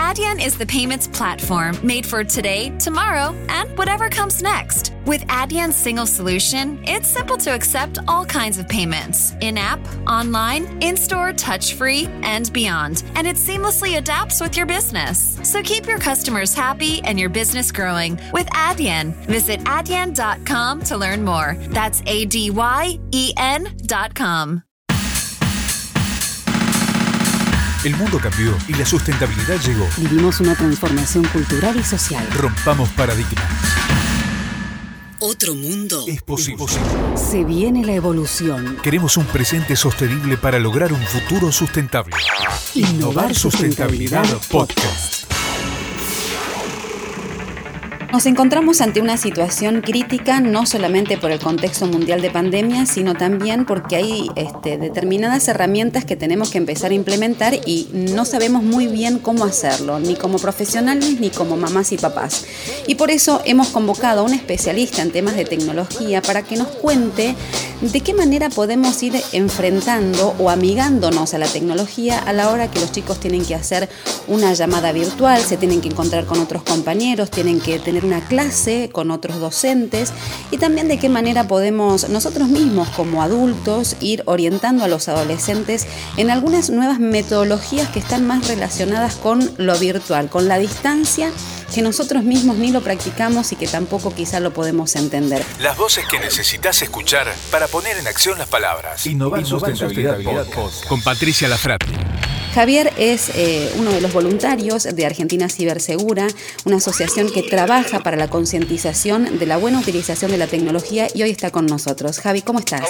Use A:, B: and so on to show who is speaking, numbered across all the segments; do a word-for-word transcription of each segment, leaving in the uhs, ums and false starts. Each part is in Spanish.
A: Adyen is the payments platform made for today, tomorrow, and whatever comes next. With Adyen's single solution, it's simple to accept all kinds of payments, in-app, online, in-store, touch-free, and beyond. And it seamlessly adapts with your business. So keep your customers happy and your business growing with Adyen. Visit adyen dot com to learn more. That's A D Y E N dot com.
B: El mundo cambió y la sustentabilidad llegó.
C: Vivimos una transformación cultural y social.
B: Rompamos paradigmas.
D: Otro mundo
B: Es posible.
C: Se viene la evolución.
B: Queremos un presente sostenible para lograr un futuro sustentable. Innovar Sustentabilidad Podcast.
E: Nos encontramos ante una situación crítica no solamente por el contexto mundial de pandemia, sino también porque hay este, determinadas herramientas que tenemos que empezar a implementar y no sabemos muy bien cómo hacerlo, ni como profesionales ni como mamás y papás. Y por eso hemos convocado a un especialista en temas de tecnología para que nos cuente de qué manera podemos ir enfrentando o amigándonos a la tecnología a la hora que los chicos tienen que hacer una llamada virtual, se tienen que encontrar con otros compañeros, tienen que tener una clase con otros docentes y también de qué manera podemos nosotros mismos como adultos ir orientando a los adolescentes en algunas nuevas metodologías que están más relacionadas con lo virtual, con la distancia que nosotros mismos ni lo practicamos y que tampoco quizá lo podemos entender.
B: Las voces que necesitas escuchar para poner en acción las palabras. Innovar, Innovar Sustentabilidad, Sustentabilidad Podcast. Podcast. Con Patricia Lafrati.
E: Javier es eh, uno de los voluntarios de Argentina Cibersegura, una asociación que trabaja para la concientización de la buena utilización de la tecnología y hoy está con nosotros. Javi, ¿cómo estás?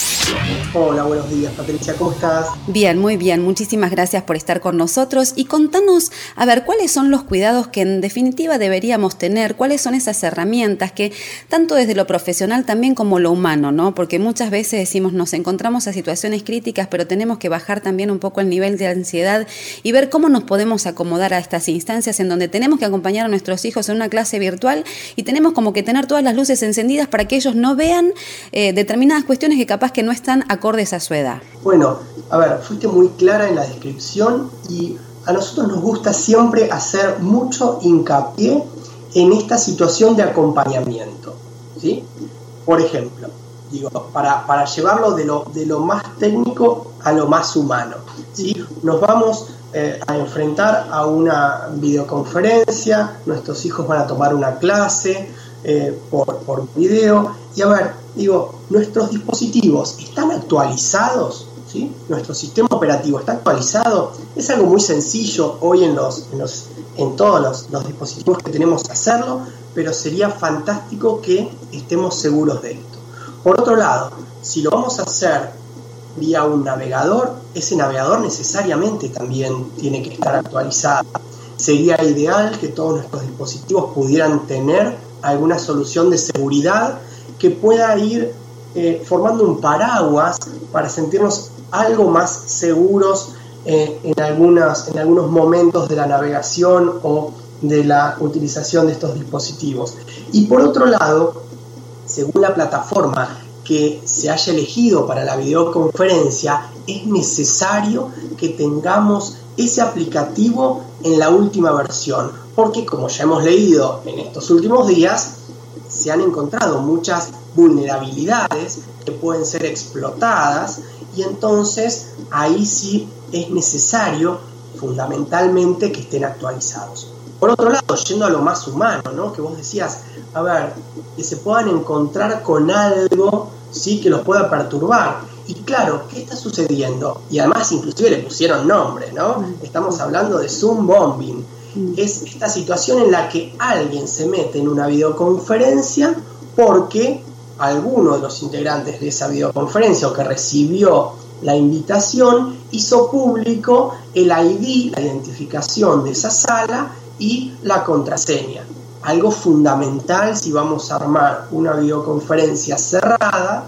F: Hola, buenos días, Patricia, ¿cómo estás?
E: Bien, muy bien, muchísimas gracias por estar con nosotros y contanos, a ver, ¿cuáles son los cuidados que en definitiva deberíamos tener? ¿Cuáles son esas herramientas que, tanto desde lo profesional también como lo humano, ¿no? Porque muchas veces decimos, nos encontramos a situaciones críticas, pero tenemos que bajar también un poco el nivel de ansiedad y ver cómo nos podemos acomodar a estas instancias en donde tenemos que acompañar a nuestros hijos en una clase virtual y tenemos como que tener todas las luces encendidas para que ellos no vean eh, determinadas cuestiones que capaz que no están acordes a su edad.
F: Bueno, a ver, fuiste muy clara en la descripción y a nosotros nos gusta siempre hacer mucho hincapié en esta situación de acompañamiento, ¿sí? Por ejemplo, digo, para, para llevarlo de lo, de lo más técnico a lo más humano, ¿sí? Nos vamos eh, a enfrentar a una videoconferencia, nuestros hijos van a tomar una clase eh, por, por video, y a ver, digo, nuestros dispositivos están actualizados, ¿sí? Nuestro sistema operativo está actualizado. Es algo muy sencillo hoy en, los, en, los, en todos los, los dispositivos que tenemos que hacerlo, pero sería fantástico que estemos seguros de esto. Por otro lado, si lo vamos a hacer vía un navegador, ese navegador necesariamente también tiene que estar actualizado. Sería ideal que todos nuestros dispositivos pudieran tener alguna solución de seguridad que pueda ir eh, formando un paraguas para sentirnos algo más seguros eh, en, algunas, en algunos momentos de la navegación o de la utilización de estos dispositivos. Y por otro lado, según la plataforma que se haya elegido para la videoconferencia, es necesario que tengamos ese aplicativo en la última versión, porque como ya hemos leído en estos últimos días, se han encontrado muchas vulnerabilidades que pueden ser explotadas y entonces ahí sí es necesario fundamentalmente que estén actualizados. Por otro lado, yendo a lo más humano, ¿no? Que vos decías, a ver, que se puedan encontrar con algo, sí, que los pueda perturbar. Y claro, ¿qué está sucediendo? Y además inclusive le pusieron nombre, ¿no? Estamos hablando de Zoom bombing. Es esta situación en la que alguien se mete en una videoconferencia porque alguno de los integrantes de esa videoconferencia o que recibió la invitación hizo público el I D, la identificación de esa sala y la contraseña. Algo fundamental si vamos a armar una videoconferencia cerrada,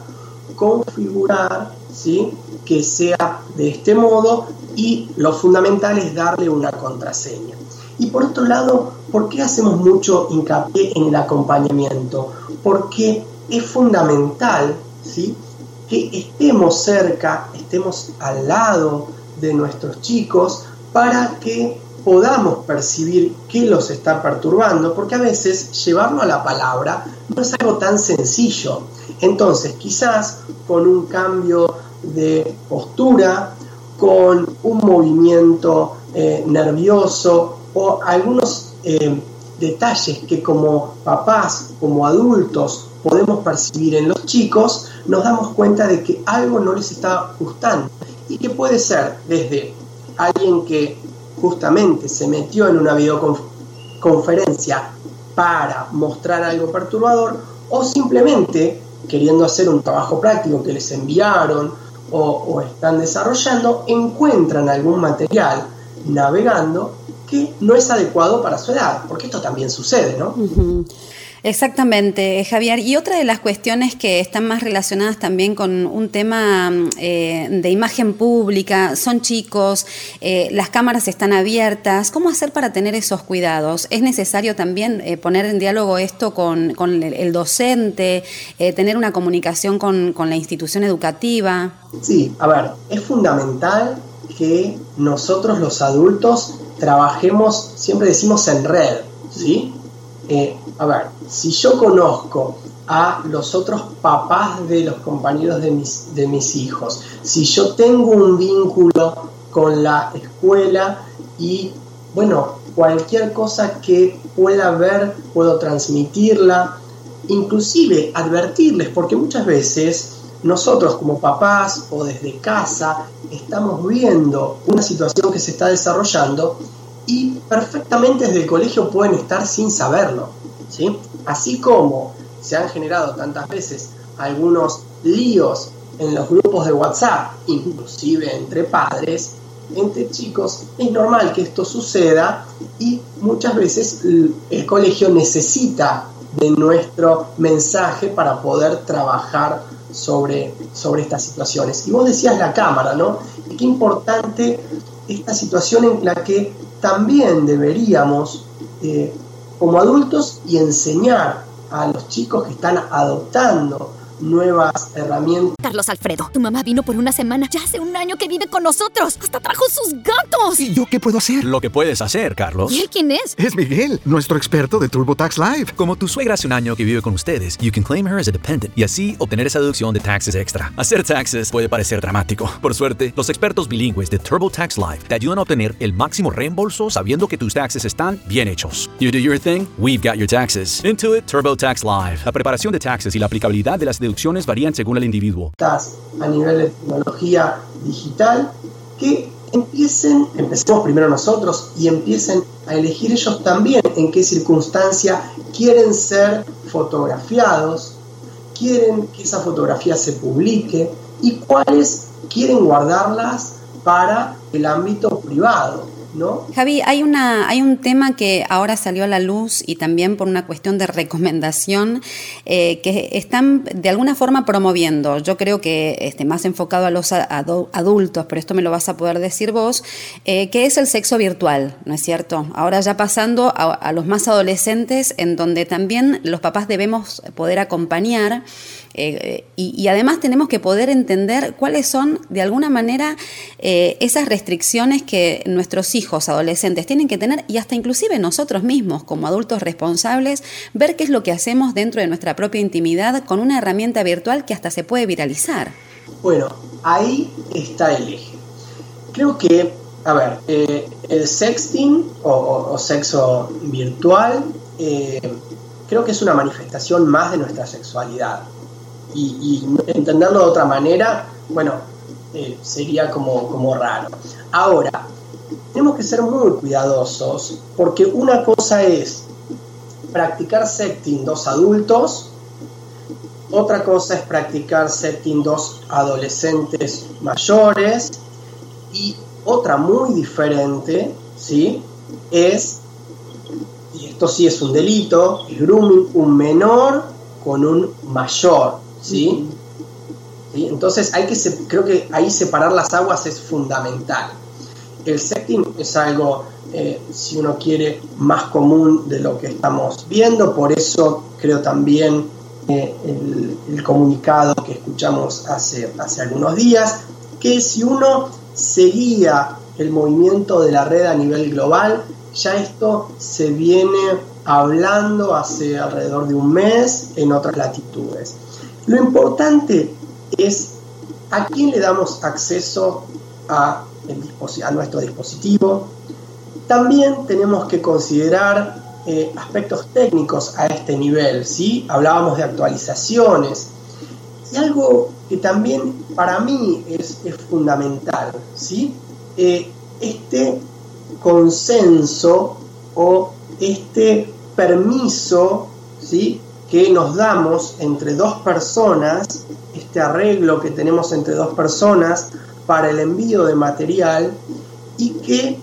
F: configurar, ¿sí?, que sea de este modo, y lo fundamental es darle una contraseña. Y por otro lado, ¿por qué hacemos mucho hincapié en el acompañamiento? Porque es fundamental, ¿sí?, que estemos cerca, estemos al lado de nuestros chicos para que podamos percibir qué los está perturbando, porque a veces llevarlo a la palabra no es algo tan sencillo. Entonces, quizás con un cambio de postura, con un movimiento eh, nervioso o algunos eh, detalles que como papás, como adultos, podemos percibir en los chicos, nos damos cuenta de que algo no les está gustando. Y que puede ser desde alguien que justamente se metió en una videoconferencia para mostrar algo perturbador, o simplemente queriendo hacer un trabajo práctico que les enviaron o, o están desarrollando, encuentran algún material navegando que no es adecuado para su edad, porque esto también sucede, ¿no?
E: Uh-huh. Exactamente, Javier. Y otra de las cuestiones que están más relacionadas también con un tema eh, de imagen pública, son chicos, eh, las cámaras están abiertas. ¿Cómo hacer para tener esos cuidados? ¿Es necesario también eh, poner en diálogo esto con, con el, el docente, eh, tener una comunicación con, con la institución educativa?
F: Sí, a ver, es fundamental que nosotros los adultos trabajemos, siempre decimos en red, ¿sí? Eh, a ver, si yo conozco a los otros papás de los compañeros de mis, de mis hijos, si yo tengo un vínculo con la escuela y, bueno, cualquier cosa que pueda ver, puedo transmitirla, inclusive advertirles, porque muchas veces nosotros como papás o desde casa estamos viendo una situación que se está desarrollando y perfectamente desde el colegio pueden estar sin saberlo, ¿sí? Así como se han generado tantas veces algunos líos en los grupos de WhatsApp, inclusive entre padres, entre chicos, es normal que esto suceda y muchas veces el colegio necesita de nuestro mensaje para poder trabajar sobre, sobre estas situaciones. Y vos decías la cámara, ¿no? Y qué importante esta situación en la que también deberíamos, eh, como adultos, y enseñar a los chicos que están adoptando nuevas herramientas.
D: Carlos Alfredo, tu mamá vino por una semana. Ya hace un año que vive con nosotros. Hasta trajo sus gatos.
G: ¿Y yo qué puedo hacer?
H: Lo que puedes hacer, Carlos.
D: ¿Y él quién es?
G: Es Miguel, nuestro experto de TurboTax Live.
H: Como tu suegra hace un año que vive con ustedes, you can claim her as a dependent y así obtener esa deducción de taxes extra. Hacer taxes puede parecer dramático. Por suerte, los expertos bilingües de TurboTax Live te ayudan a obtener el máximo reembolso sabiendo que tus taxes están bien hechos. You do your thing, we've got your taxes. Intuit TurboTax Live. La preparación de taxes y la aplicabilidad de las deducciones varían según el individuo.
F: A nivel de tecnología digital, que empiecen, empecemos primero nosotros y empiecen a elegir ellos también en qué circunstancia quieren ser fotografiados, quieren que esa fotografía se publique y cuáles quieren guardarlas para el ámbito privado, ¿no?
E: Javi, hay una hay un tema que ahora salió a la luz y también por una cuestión de recomendación eh, que están de alguna forma promoviendo. Yo creo que este, más enfocado a los adu- adultos, pero esto me lo vas a poder decir vos, eh, que es el sexo virtual, ¿no es cierto? Ahora ya pasando a, a los más adolescentes, en donde también los papás debemos poder acompañar eh, y, y además tenemos que poder entender cuáles son, de alguna manera, eh, esas restricciones que nuestros hijos adolescentes tienen que tener y hasta inclusive nosotros mismos como adultos responsables ver qué es lo que hacemos dentro de nuestra propia intimidad con una herramienta virtual que hasta se puede viralizar.
F: Bueno, ahí está el eje. Creo que, a ver, eh, el sexting o, o, o sexo virtual eh, creo que es una manifestación más de nuestra sexualidad y, y entenderlo de otra manera, bueno, eh, sería como, como raro. Ahora, tenemos que ser muy cuidadosos porque una cosa es practicar sexting dos adultos, otra cosa es practicar sexting dos adolescentes mayores y otra muy diferente, ¿sí? Es, y esto sí es un delito, el grooming, un menor con un mayor, ¿sí? ¿Sí? Entonces hay que, creo que ahí separar las aguas es fundamental. El sexting es algo, eh, si uno quiere, más común de lo que estamos viendo, por eso creo también eh, el, el comunicado que escuchamos hace, hace algunos días, que si uno seguía el movimiento de la red a nivel global. Ya esto se viene hablando hace alrededor de un mes en otras latitudes. Lo importante es a quién le damos acceso a, el disposi- a nuestro dispositivo. También tenemos que considerar eh, aspectos técnicos a este nivel, ¿sí? Hablábamos de actualizaciones. Y algo que también para mí es, es fundamental, ¿sí? Eh, este consenso o este permiso, ¿sí?, que nos damos entre dos personas, este arreglo que tenemos entre dos personas para el envío de material y que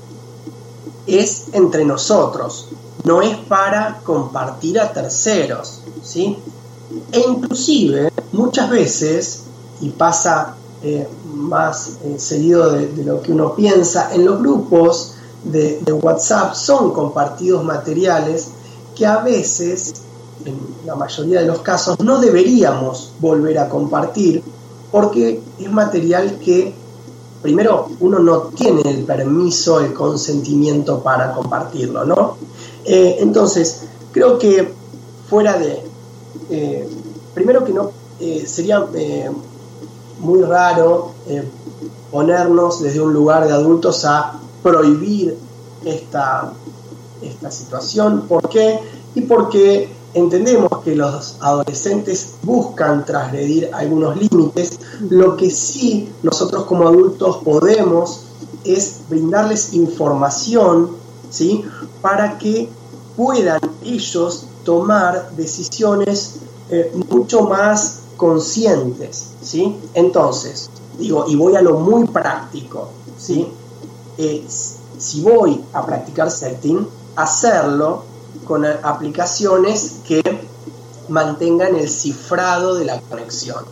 F: es entre nosotros, no es para compartir a terceros, ¿sí? E inclusive muchas veces, y pasa eh, más eh, seguido de, de lo que uno piensa, en los grupos de, de WhatsApp son compartidos materiales que a veces, en la mayoría de los casos, no deberíamos volver a compartir porque es material que, primero, uno no tiene el permiso, el consentimiento para compartirlo, ¿no? Eh, entonces, creo que fuera de... Eh, primero que no, eh, sería eh, muy raro eh, ponernos desde un lugar de adultos a prohibir esta, esta situación. ¿Por qué? Y porque entendemos que los adolescentes buscan transgredir algunos límites. Lo que sí nosotros como adultos podemos es brindarles información, ¿sí?, para que puedan ellos tomar decisiones eh, mucho más conscientes, ¿sí? Entonces, digo, y voy a lo muy práctico, ¿sí? Eh, si voy a practicar sexting, hacerlo con aplicaciones que mantengan el cifrado de la conexión.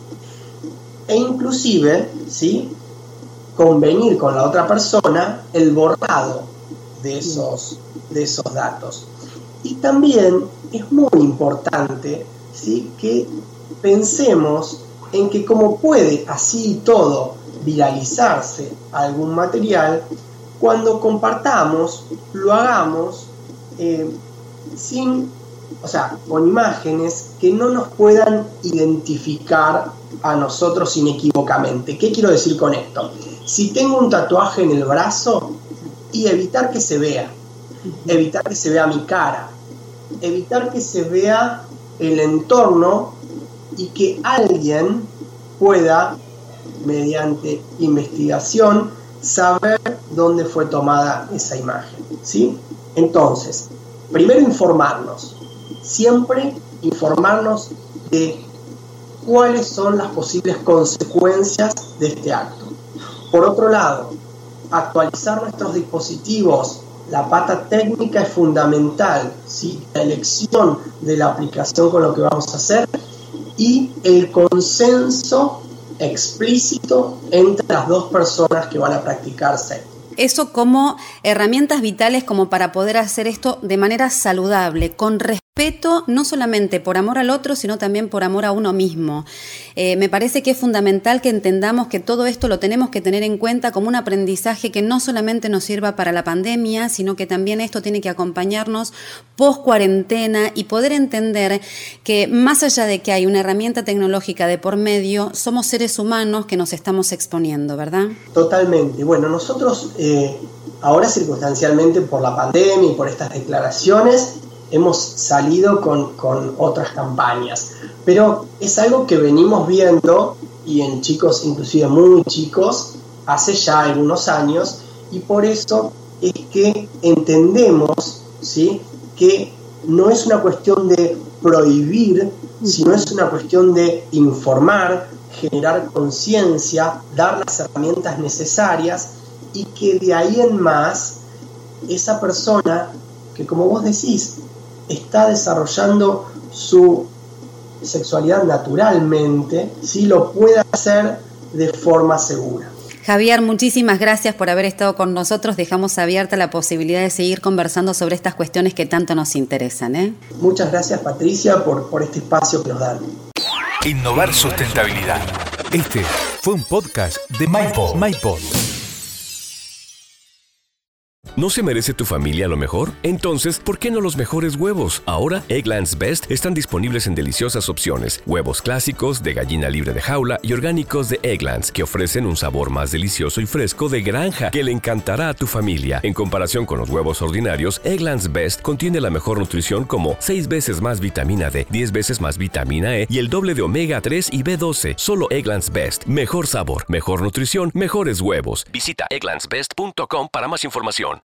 F: E inclusive, ¿sí?, convenir con la otra persona el borrado de esos, de esos datos. Y también es muy importante, ¿sí?, que pensemos en que como puede así y todo viralizarse algún material, cuando compartamos, lo hagamos eh, sin, o sea, con imágenes que no nos puedan identificar a nosotros inequívocamente. ¿Qué quiero decir con esto? Si tengo un tatuaje en el brazo, y evitar que se vea, evitar que se vea mi cara, evitar que se vea el entorno y que alguien pueda, mediante investigación, saber dónde fue tomada esa imagen, ¿sí? Entonces, primero informarnos, siempre informarnos de cuáles son las posibles consecuencias de este acto. Por otro lado, actualizar nuestros dispositivos. La pata técnica es fundamental, ¿sí?, la elección de la aplicación con lo que vamos a hacer y el consenso explícito entre las dos personas que van a practicar sexting.
E: Eso como herramientas vitales como para poder hacer esto de manera saludable, con respeto, no solamente por amor al otro, sino también por amor a uno mismo. Eh, me parece que es fundamental que entendamos que todo esto lo tenemos que tener en cuenta como un aprendizaje que no solamente nos sirva para la pandemia, sino que también esto tiene que acompañarnos post cuarentena y poder entender que más allá de que hay una herramienta tecnológica de por medio, somos seres humanos que nos estamos exponiendo, ¿verdad?
F: Totalmente. Bueno, nosotros eh, ahora circunstancialmente por la pandemia y por estas declaraciones hemos salido con, con otras campañas, pero es algo que venimos viendo y en chicos inclusive muy chicos hace ya algunos años, y por eso es que entendemos, ¿sí?, que no es una cuestión de prohibir, sino es una cuestión de informar, generar conciencia, dar las herramientas necesarias y que de ahí en más esa persona que, como vos decís, está desarrollando su sexualidad naturalmente, ¿sí?, lo pueda hacer de forma segura.
E: Javier, muchísimas gracias por haber estado con nosotros. Dejamos abierta la posibilidad de seguir conversando sobre estas cuestiones que tanto nos interesan, ¿eh?
F: Muchas gracias, Patricia, por, por este espacio que nos dan.
B: Innovar sustentabilidad. Este fue un podcast de MyPod. MyPod.
I: ¿No se merece tu familia lo mejor? Entonces, ¿por qué no los mejores huevos? Ahora, Eggland's Best están disponibles en deliciosas opciones. Huevos clásicos, de gallina libre de jaula y orgánicos de Eggland's, que ofrecen un sabor más delicioso y fresco de granja que le encantará a tu familia. En comparación con los huevos ordinarios, Eggland's Best contiene la mejor nutrición como seis veces más vitamina D, diez veces más vitamina E y el doble de omega tres y B doce. Solo Eggland's Best. Mejor sabor, mejor nutrición, mejores huevos. Visita egglands best punto com para más información.